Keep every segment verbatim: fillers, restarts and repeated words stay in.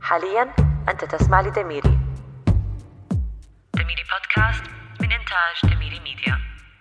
حالياً أنت تسمع لدميري. دميري بودكاست من إنتاج دميري ميديا.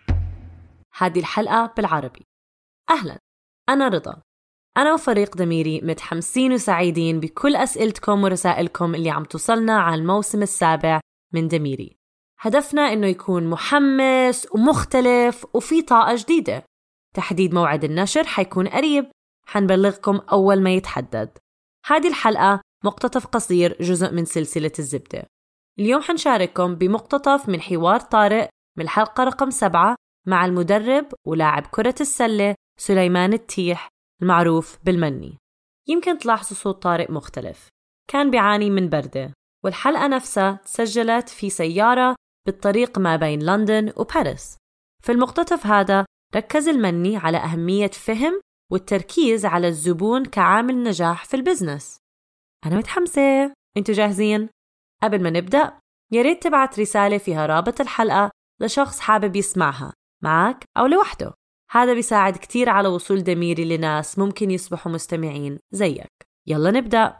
هذه الحلقة بالعربي. أهلاً، أنا رضا. أنا وفريق دميري متحمسين وسعيدين بكل أسئلتكم ورسائلكم اللي عم توصلنا على الموسم السابع من دميري. هدفنا إنه يكون محمس ومختلف وفي طاقة جديدة. تحديد موعد النشر حيكون قريب، حنبلغكم أول ما يتحدد. هذه الحلقة مقتطف قصير جزء من سلسلة الزبدة. اليوم حنشارككم بمقتطف من حوار طارق من الحلقة رقم سبعة مع المدرب ولاعب كرة السلة سليمان التيح المعروف بالمني. يمكن تلاحظوا صوت طارق مختلف، كان بيعاني من بردة، والحلقة نفسها تسجلت في سيارة بالطريق ما بين لندن وباريس. في المقتطف هذا ركز المني على أهمية فهم والتركيز على الزبون كعامل نجاح في البزنس. أنا متحمسة، أنتوا جاهزين؟ قبل ما نبدأ ياريت تبعت رسالة فيها رابط الحلقة لشخص حابب يسمعها معك أو لوحده. هذا بيساعد كتير على وصول دميري لناس ممكن يصبحوا مستمعين زيك. يلا نبدأ.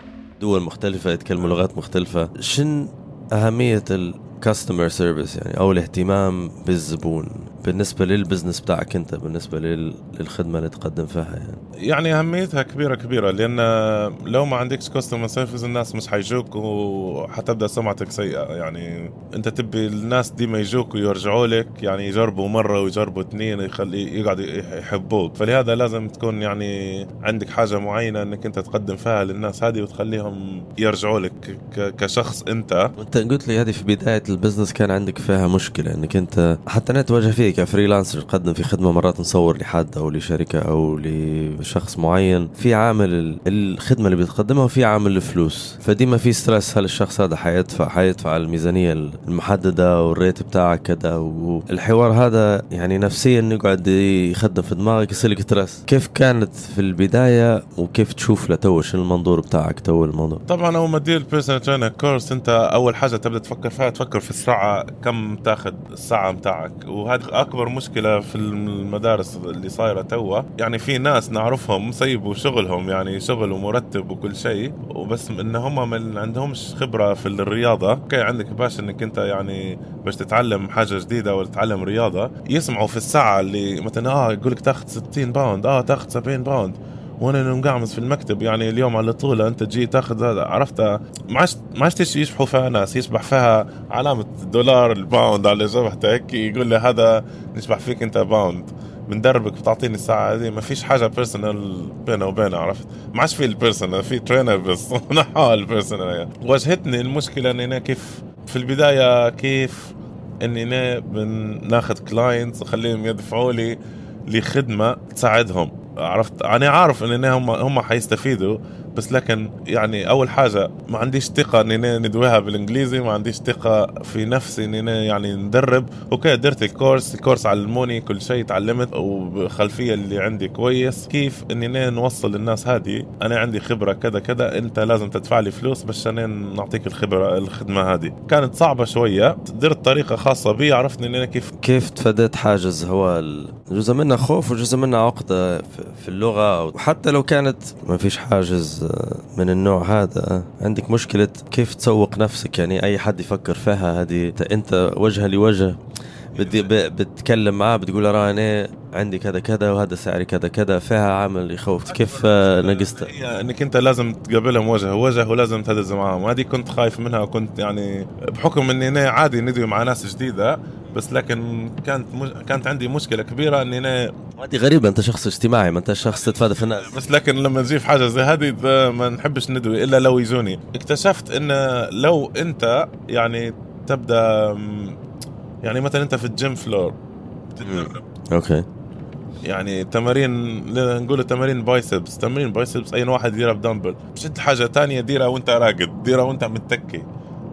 دول مختلفة يتكلموا لغات مختلفة، شن أهمية الكاستمر سيرفيس يعني أو الاهتمام بالزبون بالنسبة للبزنس بتاعك أنت، بالنسبة للخدمة اللي تقدم فيها؟ يعني يعني أهميتها كبيرة كبيرة، لأن لو ما عندكش كاستمر سيرفيس الناس مش حيجوك وحتبدأ سمعتك سيئة. يعني أنت تبي الناس دي ما يجوك ويرجعوا لك، يعني يجربوا مرة ويجربوا اثنين يخلي يقعد يحبوك. فلهذا لازم تكون يعني عندك حاجة معينة أنك أنت تقدم فيها للناس هذه وتخليهم يرجعوا لك كشخص أنت. وأنت قلت لي هذه في بداية البزنس كان عندك فيها مشكلة، أنك أنت حتى نتواجه فيه كفريلانسر تقدم في خدمة، مرات نصور لحد أو لشركة أو لشخص معين، في عامل الخدمة اللي بتقدمها وفي عامل الفلوس. فدي ما في ستريس، هل الشخص هذا حيدفع حيدفع الميزانية المحددة والريت بتاعك كذا. والحوار هذا يعني نفسيا نقعد يخدم في دماغك، يصير ستريس. كيف كانت في البداية وكيف تشوف لتوش المنظور بتاعك تو الموضوع؟ طبعا أول ما تدير بيرسونال ترينر كورس أنت أول حاجة تبدأ تفكر فيها تفكر في الساعة، كم تاخد الساعة متاعك. وهذا أكبر مشكلة في المدارس اللي صايرة توا. يعني في ناس نعرفهم سيبوا شغلهم، يعني شغل ومرتب وكل شيء، وبس إن هم ما عندهمش خبرة في الرياضة. كي عندك باش إنك أنت يعني باش تتعلم حاجة جديدة ولا تتعلم رياضة، يسمعوا في الساعة اللي مثلا آه يقولك تاخد ستين باوند، آه تاخد سبعين باوند، وانا مقعمز في المكتب. يعني اليوم على طول انت تجي تاخذ هذا، عرفت؟ ما عادش ما عادش يشبحوا فيها ناس، يشبح فيها علامه الدولار الباوند على جبهته هيك، يقول لي هذا نشبح فيك انت باوند، بندربك بتعطيني الساعه هذه. ما فيش حاجه بيرسونال بينه وبينه، عرفت؟ ما عادش في البيرسونال، في ترينر بس نحاول البيرسونال. يعني واجهتني المشكله ان انا كيف في البدايه كيف اني بناخذ كلاينتس وخليهم يدفعوا لي لخدمه تساعدهم. عرفت؟ أنا عارف إن هم هم حيستفيدوا، بس لكن يعني أول حاجة ما عنديش ثقة إني ندويها بالإنجليزي، ما عنديش ثقة في نفسي إني يعني ندرب. أوكي درت الكورس الكورس علموني كل شيء، تعلمت وبخلفية اللي عندي كويس كيف إني نوصل للناس هذه أنا عندي خبرة كذا كذا، أنت لازم تدفع لي فلوس بس عشان نعطيك الخبرة الخدمة هذه. كانت صعبة شوية، درت طريقة خاصة بي، عرفت إني كيف كيف تفاديت حاجز. هو جزء منها خوف وجزء منها عقدة في اللغة، وحتى لو كانت ما فيش حاجز من النوع هذا عندك مشكلة كيف تسوق نفسك. يعني أي حد يفكر فيها هذه أنت وجه لوجه بدي بتكلم معاه، بتقول له أنا عندي كذا كذا وهذا سعري كذا كذا، فيها عامل يخوف. كيف نقصت؟ هي انك انت لازم تقابلهم وجه وجه ولازم تهدز معهم. هذه كنت خايف منها، وكنت يعني بحكم اني انا عادي ندوي مع ناس جديدة، بس لكن كانت مج... كانت عندي مشكلة كبيرة اني انا هذه غريبة. انت شخص اجتماعي، ما انت شخص تتفادى في الناس، بس لكن لما نجيب حاجة زي هذه ما نحبش ندوي الا لو يجوني. اكتشفت ان لو انت يعني تبدأ يعني مثلا انت في الجيم فلور تتدرب، اوكي، يعني تمارين نقول تمارين بايسبس، تمارين بايسبس اي واحد يديرها بدمبل. شد حاجه تانية ديرها وانت راقد، ديرها وانت متكي،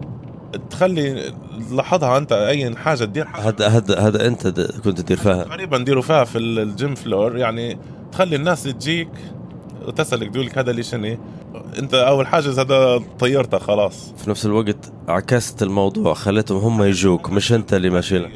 تخلي لاحظها انت اي حاجه تدير. هذا هذا هذا انت كنت تدير فيها تقريبا نديروا فيها في الجيم فلور. يعني تخلي الناس تجيك وتسالك تقولك هذا ليش شنو انت اول حاجز هذا طيرته خلاص. في نفس الوقت عكست الموضوع، خليتهم هم يجوك مش انت اللي ماشي.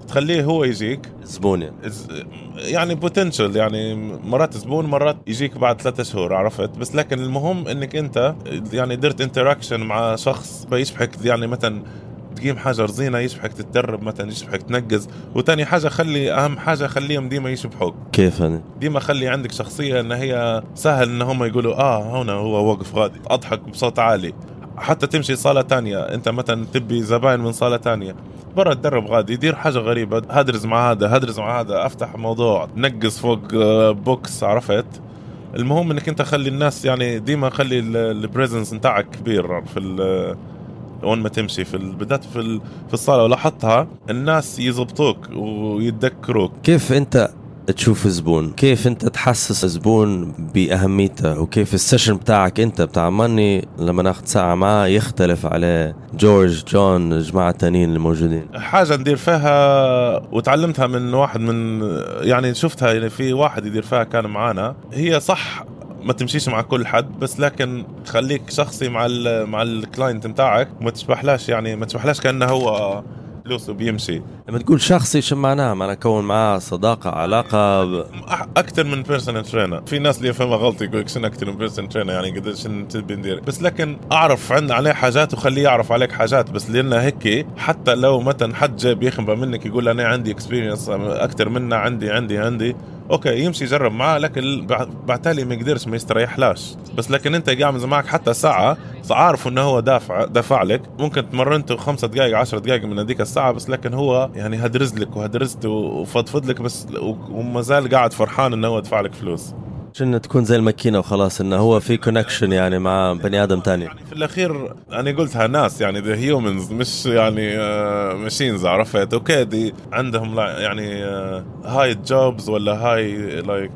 تخليه هو يجيك زبون يعني, يعني بوتنشل، يعني مرات زبون مرات يجيك بعد ثلاثة شهور، عرفت؟ بس لكن المهم انك انت يعني درت انتراكشن مع شخص بيشبهك، يعني مثلا تقيم حاجة رزينة يشبهك، تتدرب مثلا يشبهك تنقز. وتاني حاجة خلي أهم حاجة خليهم ديما يشبهوك. كيف أنا؟ ديما خلي عندك شخصية إن هي سهل إن هم يقولوا آه هنا هو واقف غادي، أضحك بصوت عالي. حتى تمشي صالة تانية، أنت مثلا تبي زباين من صالة تانية برا تدرب غادي يدير حاجة غريبة، هدرز مع هذا هدرز مع هذا، أفتح موضوع نقز فوق بوكس، عرفت؟ المهم إنك أنت خلي الناس يعني ديما خلي البريزنس نتاعك كبير في ال وين ما تمشي في البداية في في الصالة، ولاحظتها الناس يزبطوك ويتذكروك. كيف أنت تشوف الزبون؟ كيف أنت تحسس الزبون بأهميته؟ وكيف السيشن بتاعك أنت بتاع ماني لما ناخد ساعة معاه يختلف على جورج جون الجماعة التانيين الموجودين؟ حاجة ندير فيها وتعلمتها من واحد من يعني شفتها يعني في واحد يدير فيها كان معانا، هي صح ما تمشيش مع كل حد، بس لكن خليك شخصي مع ال مع الكلاينت متاعك، وما تشبحلاش يعني ما تشبحلاش كأنه هو فلوسه بيمشي. لما تقول شخصي شو معناها؟ معناها كون معاه صداقة علاقة ب... أكتر من بيرسونال ترينر. في ناس اللي يفهمها غلط يقولك شنو أكتر من بيرسونال ترينر يعني قديش تبي ندير، بس لكن أعرف عندنا عليه حاجات وخليه يعرف عليك حاجات، بس لأنه هيك حتى لو مثلا حد جاب يخبر منك يقول أنا عندي اكسبيرينس أكتر منه، عندي عندي عندي اوكي يمشي يجرب معاه، لكن بعتالي ما يقدرش ما يستريحلاش. بس لكن انت قاعد معك حتى ساعه عارف انه هو دافع دافع لك، ممكن تمرنته خمسة دقائق عشر دقائق من هذيك الساعه، بس لكن هو يعني هدرز لك وهدرزت وفضفض لك بس، وما زال قاعد فرحان انه هو دفع لك فلوس. شنو تكون زي الماكينة وخلاص، انه هو في كونكشن يعني مع بني ادم تاني. يعني في الاخير انا قلتها ناس يعني the humans مش يعني ماشينز، عرفت؟ اوكي دي عندهم يعني هاي جوبز ولا هاي لايك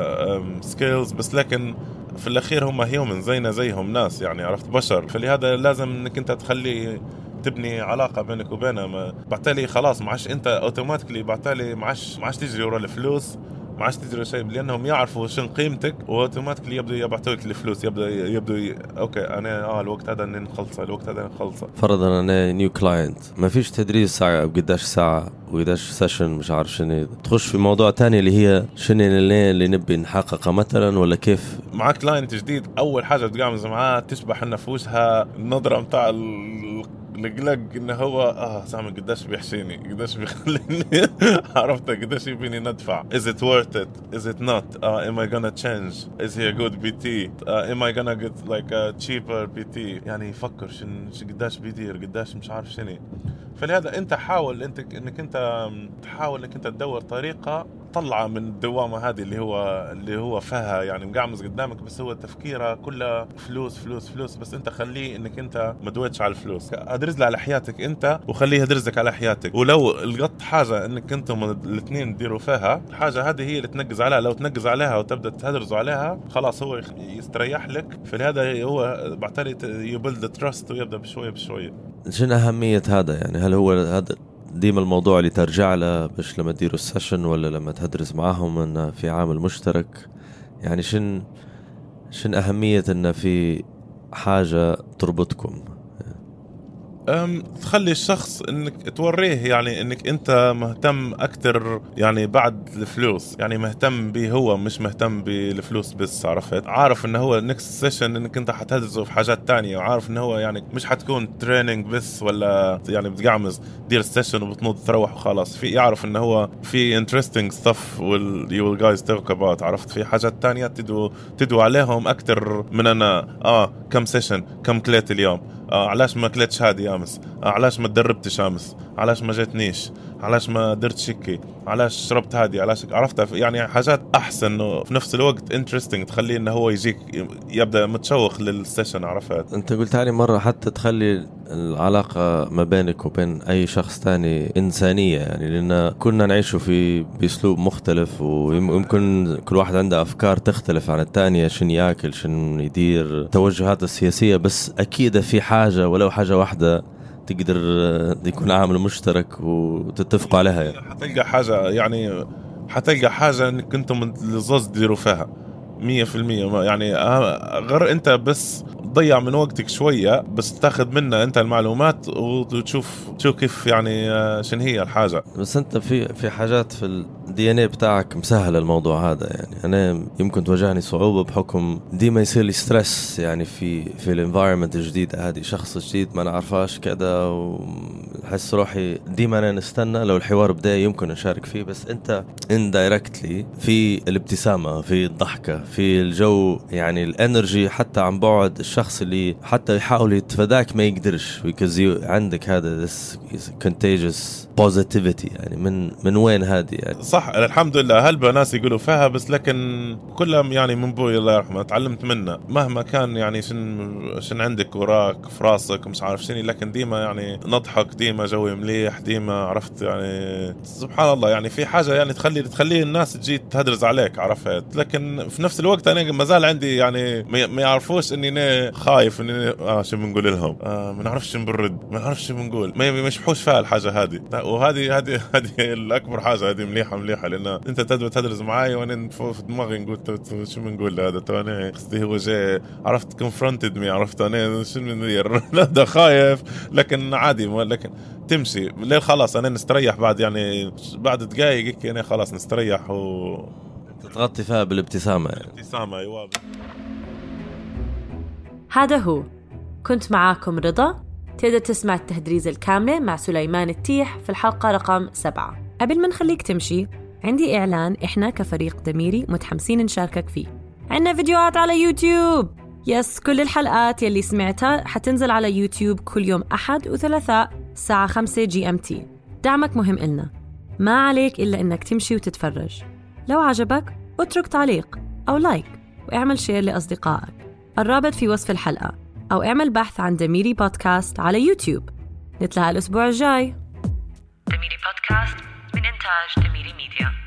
سكيلز، بس لكن في الاخير هم هيومن زينا زيهم ناس، يعني عرفت؟ بشر. فلهذا لازم انك انت تخلي تبني علاقة بينك وبينه. بعتالي خلاص معش انت اوتوماتيكلي بعتالي معش معش تجري ورا الفلوس، ما عادش تدري شيء، لانهم يعرفوا شن قيمتك واوتوماتيكلي يبدو يبعثوا لك الفلوس، يبدو يبدو ي... اوكي انا اه الوقت هذا نخلصه، الوقت هذا نخلصه. فرضا انا نيو كلاينت، ما فيش تدريس ساعه وقداش ساعه وقداش سيشن مش عارف شنو، تخش في موضوع تاني اللي هي شنو اللي, اللي نبي نحققه مثلا، ولا كيف؟ معك كلاينت جديد اول حاجه بتقعمز معاه تشبح لنا في وجهها النظره متاع ال... القلق انه هو اه سامي قداش بيحشيني، قداش بيخليني عرفت قداش يبيني ندفع. is it worth it is it not uh, am I gonna change is he a good بي تي uh, am I gonna get like a cheaper بي تي. يعني يفكر شن شن قداش بيدير قداش مش عارف شنو. فلهذا انت حاول انت انك انت تحاول انك انت تدور طريقه طلع من الدوامه هذه اللي هو اللي هو فيها يعني مقعمز قدامك، بس هو تفكيره كله فلوس فلوس فلوس. بس انت خليه انك انت ما دويتش على الفلوس، ادرز له على حياتك انت وخليه يدرزك على حياتك. ولو لقط حاجه انك انتم الاثنين تديروا فيها حاجه، هذه هي اللي تنقز عليها. لو تنقز عليها وتبدا تهدرزوا عليها خلاص هو يستريح لك. فلهذا هو بعتلي يبلد تراست ويبدا بشويه بشويه. شنو اهميه هذا يعني؟ هل هو هذا ديما الموضوع اللي ترجع له باش لما تديروا السيشن ولا لما تدرس معاهم ان في عامل مشترك؟ يعني شن شن اهميه ان في حاجه تربطكم؟ أم تخلي الشخص انك توريه يعني انك انت مهتم اكتر يعني بعد الفلوس، يعني مهتم به هو مش مهتم بالفلوس بس، عرفت؟ عارف انه هو نكست سيشن انك انت حتهدزه في حاجات تانية، وعارف انه هو يعني مش حتكون تريننج بس ولا يعني بتقعمز دير السيشن وبتنوض تروح وخلاص. في يعرف انه هو في interesting stuff will you will guys talk about، عرفت؟ في حاجات تانية تدو تدو عليهم اكتر من انا اه كم سيشن كم كليت اليوم، آه علاش ما كلتش هادي امس، آه علاش ما تدربتش امس، علاش ما جاتنيش، علاش ما درت شكي، علاش شربت هادي، علاش عرفتها. يعني حاجات احسن وفي نفس الوقت انترستينج تخليه انه هو يجيك يبدا متشوق للسيشن، عرفت؟ انت قلت لي مره حتى تخلي العلاقه ما بينك وبين اي شخص تاني انسانيه، يعني لان كنا نعيش في باسلوب مختلف ويمكن كل واحد عنده افكار تختلف عن الثانيه، شن ياكل شن يدير توجهات السياسيه، بس اكيد في حاجه ولو حاجه واحده تقدر يكون عامل مشترك وتتفقوا عليها. يعني حتلقى حاجة يعني حتلقى حاجة انك انتم الزوز تديروا فيها، مية في المية. يعني غير أنت بس تضيع من وقتك شوية، بس تاخذ منها أنت المعلومات وتشوف تشوف كيف يعني شن هي الحاجة. بس أنت في في حاجات في الدي ان اي بتاعك مسهل الموضوع هذا. يعني أنا يمكن تواجهني صعوبة بحكم ديما يصير لي ستريس يعني في في الانفايرمنت الجديدة هذه، شخص جديد ما نعرفاش كذا، وحس روحي ديما أنا نستنى لو الحوار بدأ يمكن أشارك فيه. بس أنت indirectly في الابتسامة، في الضحكة، في الجو، يعني الانرجي حتى عن بعد الشخص اللي حتى يحاول يتفاداك ما يقدرش because you عندك هذا this contagious positivity. يعني من من وين هذه يعني؟ صح الحمد لله. هلبا ناس يقولوا فيها بس لكن كلهم يعني من بوي الله يرحمه تعلمت منه مهما كان يعني شن شن عندك وراك في راسك مش عارف شني، لكن ديما يعني نضحك، ديما جوي مليح، ديما عرفت يعني سبحان الله. يعني في حاجة يعني تخلي تخلي الناس تجي تهدرز عليك عرفت، لكن في نفس الوقت أنا ما زال عندي يعني ما يعرفوش إني أنا خايف إني آه شو بنقول لهم آه ما نعرفش بنرد ما نعرفش شو بنقول، ما يمشحوش فيها الحاجة هذه. وهذه هذه هذه الأكبر حاجة، هذه مليحة مليحة لأن أنت تدرس تدرس معاي وأنا في دماغي نقول شو بنقول هذا تاني قصدي هو جاي عرفت confronted me عرفت أنا شو بندير لا ده خايف لكن عادي لكن تمشي ليه خلاص أنا نستريح بعد يعني بعد دقايق أنا خلاص نستريح و تغطي فيها بالابتسامة يعني. ابتسامة أيوة. هذا هو كنت معاكم رضا. تقدر تسمع التهدريز الكاملة مع سليمان التيح في الحلقة رقم سبعة. قبل ما نخليك تمشي عندي إعلان إحنا كفريق دميري متحمسين نشاركك فيه. عندنا فيديوهات على يوتيوب. يس كل الحلقات يلي سمعتها حتنزل على يوتيوب كل يوم أحد وثلاثاء الساعة خمسة جي أم تي. دعمك مهم إلنا، ما عليك إلا إنك تمشي وتتفرج. لو عجبك اترك تعليق أو لايك واعمل شير لأصدقائك. الرابط في وصف الحلقة، أو اعمل بحث عن دميري بودكاست على يوتيوب. نتلاقى الأسبوع الجاي. دميري بودكاست من إنتاج دميري ميديا.